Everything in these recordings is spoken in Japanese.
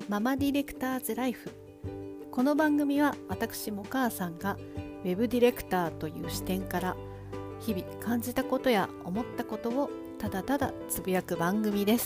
ママディレクターズライフ。この番組は私も母さんがウェブディレクターという視点から日々感じたことや思ったことをただただつぶやく番組です。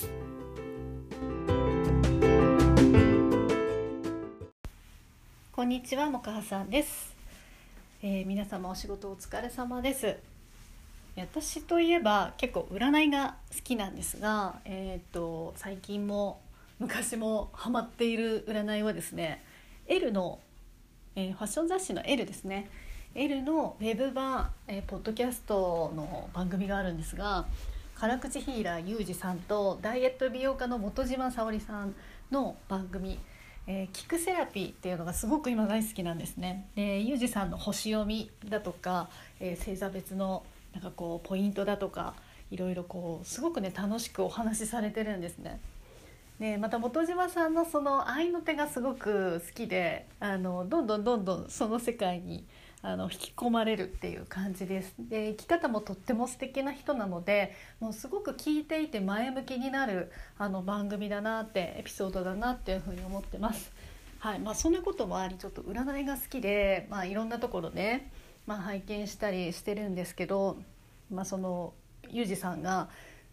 こんにちは、もかはさんです。皆様お仕事お疲れ様です。私といえば結構占いが好きなんですが、最近も昔もハマっている占いはですね、L の、ファッション雑誌の L ですね、 L のウェブ版、ポッドキャストの番組があるんですが、辛口ヒーラーゆうじさんとダイエット美容家の本島沙織さんの番組、キクセラピーっていうのがすごく今大好きなんですね。で、ゆうじさんの星読みだとか、星座別のなんかこうポイントだとか、いろいろこうすごくね楽しくお話しされてるんですね。でまた本島さんのその愛の手がすごく好きで、どんどんその世界に引き込まれるっていう感じです。で、生き方もとっても素敵な人なので、もうすごく聞いていて前向きになる番組だなって、エピソードだなっていうふうに思ってます。はい、そんなこともあり、ちょっと占いが好きで、いろんなところで、拝見したりしてるんですけど、そのゆうじさんが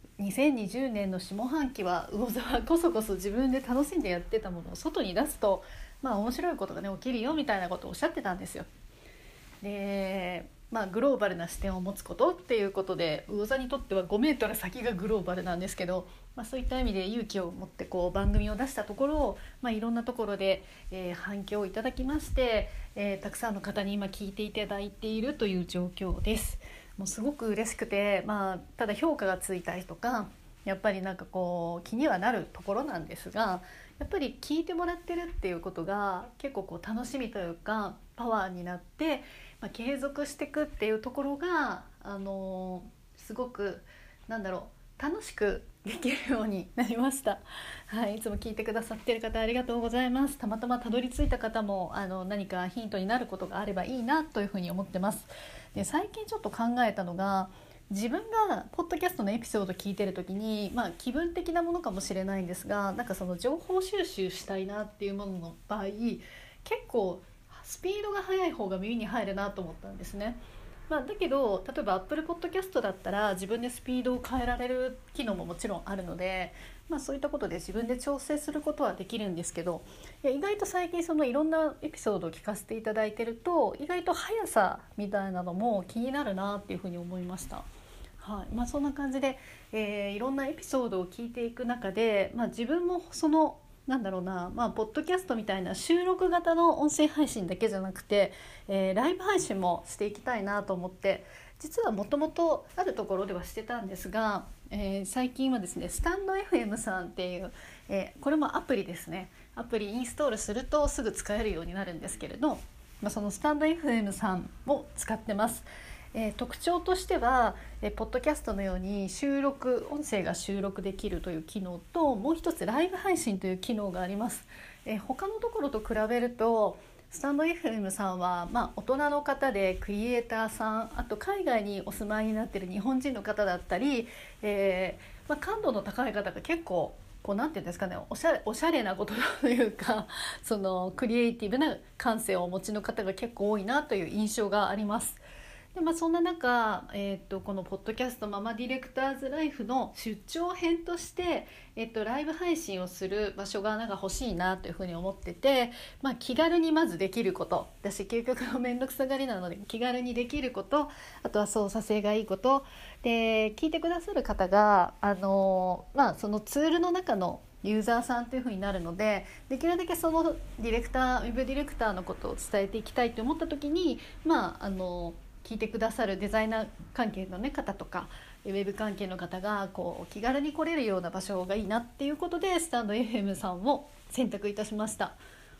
2020年の下半期は魚座はこそこそ自分で楽しんでやってたものを外に出すと、面白いことがね起きるよみたいなことをおっしゃってたんですよ。で、グローバルな視点を持つことっていうことで、魚座にとっては5メートル先がグローバルなんですけど、そういった意味で勇気を持ってこう番組を出したところ、いろんなところで、反響をいただきまして、たくさんの方に今聞いていただいているという状況です。もうすごく嬉しくて、ただ評価がついたりとか、やっぱりなんかこう気にはなるところなんですが、やっぱり聞いてもらってるっていうことが結構こう楽しみというかパワーになって、継続していくっていうところが、すごく楽しくできるようになりました。はい、いつも聞いてくださっている方ありがとうございます。たまたまたどり着いた方も何かヒントになることがあればいいなというふうに思ってます。で、最近ちょっと考えたのが、自分がポッドキャストのエピソード聞いてる時に、気分的なものかもしれないんですが、その情報収集したいなっていうものの場合、結構スピードが速い方が耳に入るなと思ったんですね。だけど例えば Apple Podcast だったら自分でスピードを変えられる機能ももちろんあるので、そういったことで自分で調整することはできるんですけど、意外と最近そのいろんなエピソードを聞かせていただいてると、意外と速さみたいなのも気になるなっていうふうに思いました。はい、そんな感じで、いろんなエピソードを聞いていく中で、自分もそのポッドキャストみたいな収録型の音声配信だけじゃなくて、ライブ配信もしていきたいなと思って、実はもともとあるところではしてたんですが、最近はですね、スタンド FM さんっていう、これもアプリですね。アプリインストールするとすぐ使えるようになるんですけれど、そのスタンド FM さんを使ってます。特徴としては、ポッドキャストのように音声が収録できるという機能と、もう一つライブ配信という機能があります。他のところと比べるとスタンド FM さんは、大人の方でクリエイターさん、あと海外にお住まいになっている日本人の方だったり、感度の高い方が結構なんていうんですかね、おしゃれなことというか、そのクリエイティブな感性をお持ちの方が結構多いなという印象があります。で、そんな中、このポッドキャストママディレクターズライフの出張編として、ライブ配信をする場所が欲しいなというふうに思ってて、気軽にまずできること、私究極のめんどくさがりなので気軽にできること、あとは操作性がいいことで、聞いてくださる方がそのツールの中のユーザーさんという風になるので、できるだけそのウェブディレクターのことを伝えていきたいと思った時に、聞いてくださるデザイナー関係の、方とかウェブ関係の方が気軽に来れるような場所がいいなっていうことで、スタンド FM さんを選択いたしました。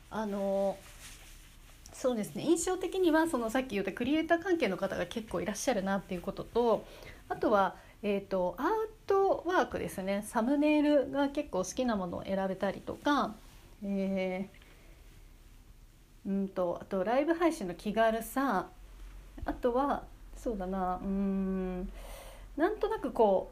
そうですね、印象的にはさっき言ったクリエイター関係の方が結構いらっしゃるなっていうことと、あとは、アートワークですね。サムネイルが結構好きなものを選べたりとか、あとライブ配信の気軽さ、あとはなんとなく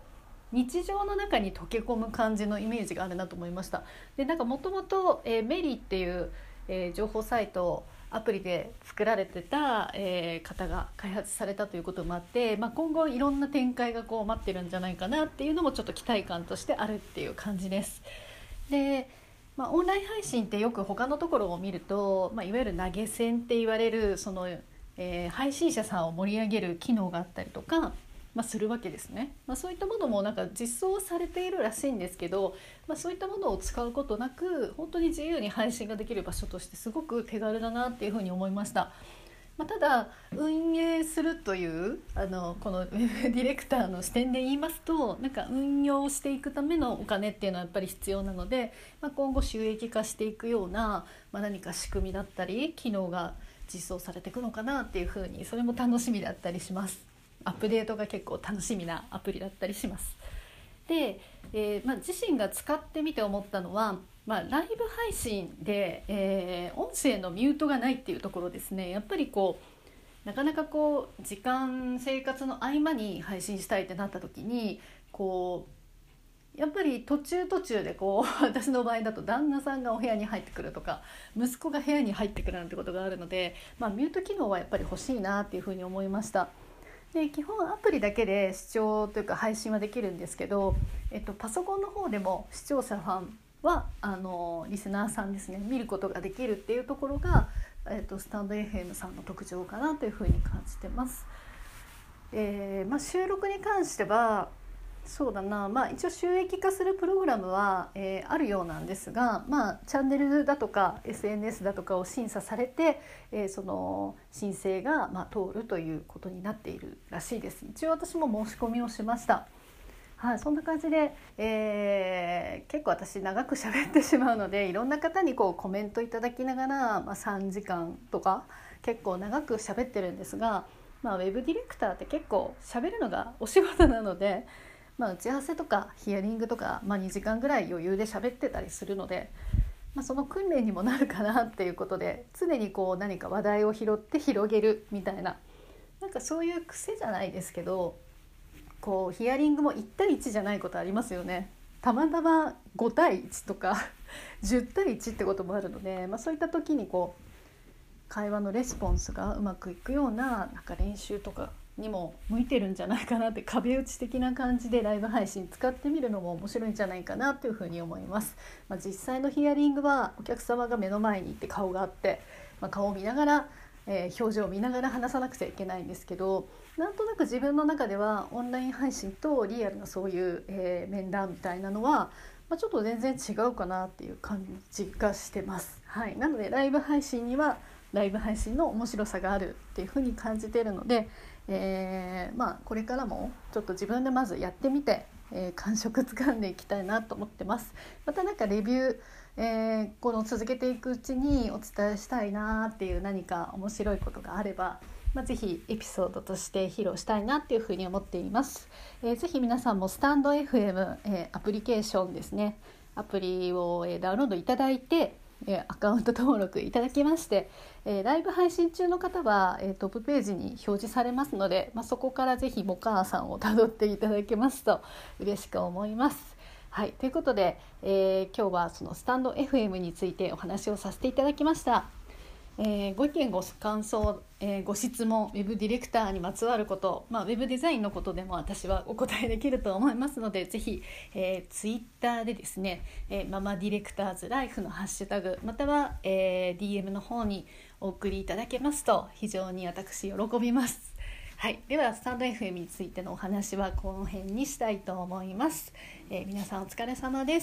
日常の中に溶け込む感じのイメージがあるなと思いました。でなんかもともとメリーっていう、情報サイトをアプリで作られてた、方が開発されたということもあって、今後いろんな展開がこう待ってるんじゃないかなっていうのもちょっと期待感としてあるっていう感じです。で、オンライン配信ってよく他のところを見ると、いわゆる投げ銭って言われるその、配信者さんを盛り上げる機能があったりとか、するわけですね。そういったものもなんか実装されているらしいんですけど、そういったものを使うことなく本当に自由に配信ができる場所としてすごく手軽だなっていうふうに思いました。ただ運営するというこのウェブディレクターの視点で言いますと、なんか運用していくためのお金っていうのはやっぱり必要なので、今後収益化していくような、何か仕組みだったり機能が実装されていくのかなっていうふうに、それも楽しみだったりします。アップデートが結構楽しみなアプリだったりします。で、自身が使ってみて思ったのは、ライブ配信で、音声のミュートがないっていうところですね。やっぱりこうなかなかこう時間生活の合間に配信したいってなった時にこうやっぱり途中でこう私の場合だと旦那さんがお部屋に入ってくるとか息子が部屋に入ってくるなんてことがあるので、ミュート機能はやっぱり欲しいなっていうふうに思いました。で基本アプリだけで視聴というか配信はできるんですけど、パソコンの方でも視聴者さんはリスナーさんですね、見ることができるっていうところが、スタンド FM さんの特徴かなというふうに感じてます。収録に関してはそうだな、一応収益化するプログラムは、あるようなんですが、チャンネルだとか SNS だとかを審査されて、その申請が、通るということになっているらしいです。一応私も申し込みをしました。そんな感じで、結構私長く喋ってしまうのでいろんな方にこうコメントいただきながら、3時間とか結構長く喋ってるんですが、ウェブディレクターって結構喋るのがお仕事なので、打ち合わせとかヒアリングとか、2時間ぐらい余裕で喋ってたりするので、その訓練にもなるかなっていうことで常にこう何か話題を拾って広げるみたいな、なんかそういう癖じゃないですけど、こうヒアリングも1対1じゃないことありますよね。たまたま5対1とか10対1ってこともあるので、そういった時にこう会話のレスポンスがうまくいくような、なんか練習とかにも向いてるんじゃないかなって、壁打ち的な感じでライブ配信使ってみるのも面白いんじゃないかなというふうに思います。実際のヒアリングはお客様が目の前にいて顔があって、顔を見ながら、表情を見ながら話さなくちゃいけないんですけど、なんとなく自分の中ではオンライン配信とリアルなそういう、面談みたいなのは、ちょっと全然違うかなっていう感じがしてます。なのでライブ配信にはライブ配信の面白さがあるっていうふうに感じているので、これからもちょっと自分でまずやってみて、感触つかんでいきたいなと思ってます。またなんかレビュー、この続けていくうちにお伝えしたいなっていう何か面白いことがあれば、ぜひエピソードとして披露したいなっていうふうに思っています。ぜひ皆さんもスタンド FM、アプリケーションですね、アプリを、ダウンロードいただいてアカウント登録いただきまして、ライブ配信中の方は、トップページに表示されますので、そこからぜひモカーさんをたどっていただけますと嬉しく思います。ということで、今日はそのスタンド FM についてお話をさせていただきました。ご意見ご感想、ご質問、ウェブディレクターにまつわること、ウェブデザインのことでも私はお答えできると思いますので、ぜひ、ツイッターでですね、ママディレクターズライフのハッシュタグ、または、DM の方にお送りいただけますと非常に私喜びます。ではスタンド FM についてのお話はこの辺にしたいと思います。皆さんお疲れ様です。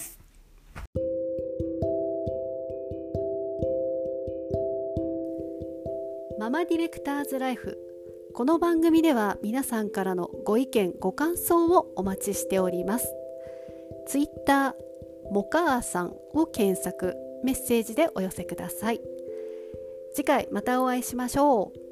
ママディレクターズライフ、この番組では皆さんからのご意見ご感想をお待ちしております。ツイッターモカーさんを検索、メッセージでお寄せください。次回またお会いしましょう。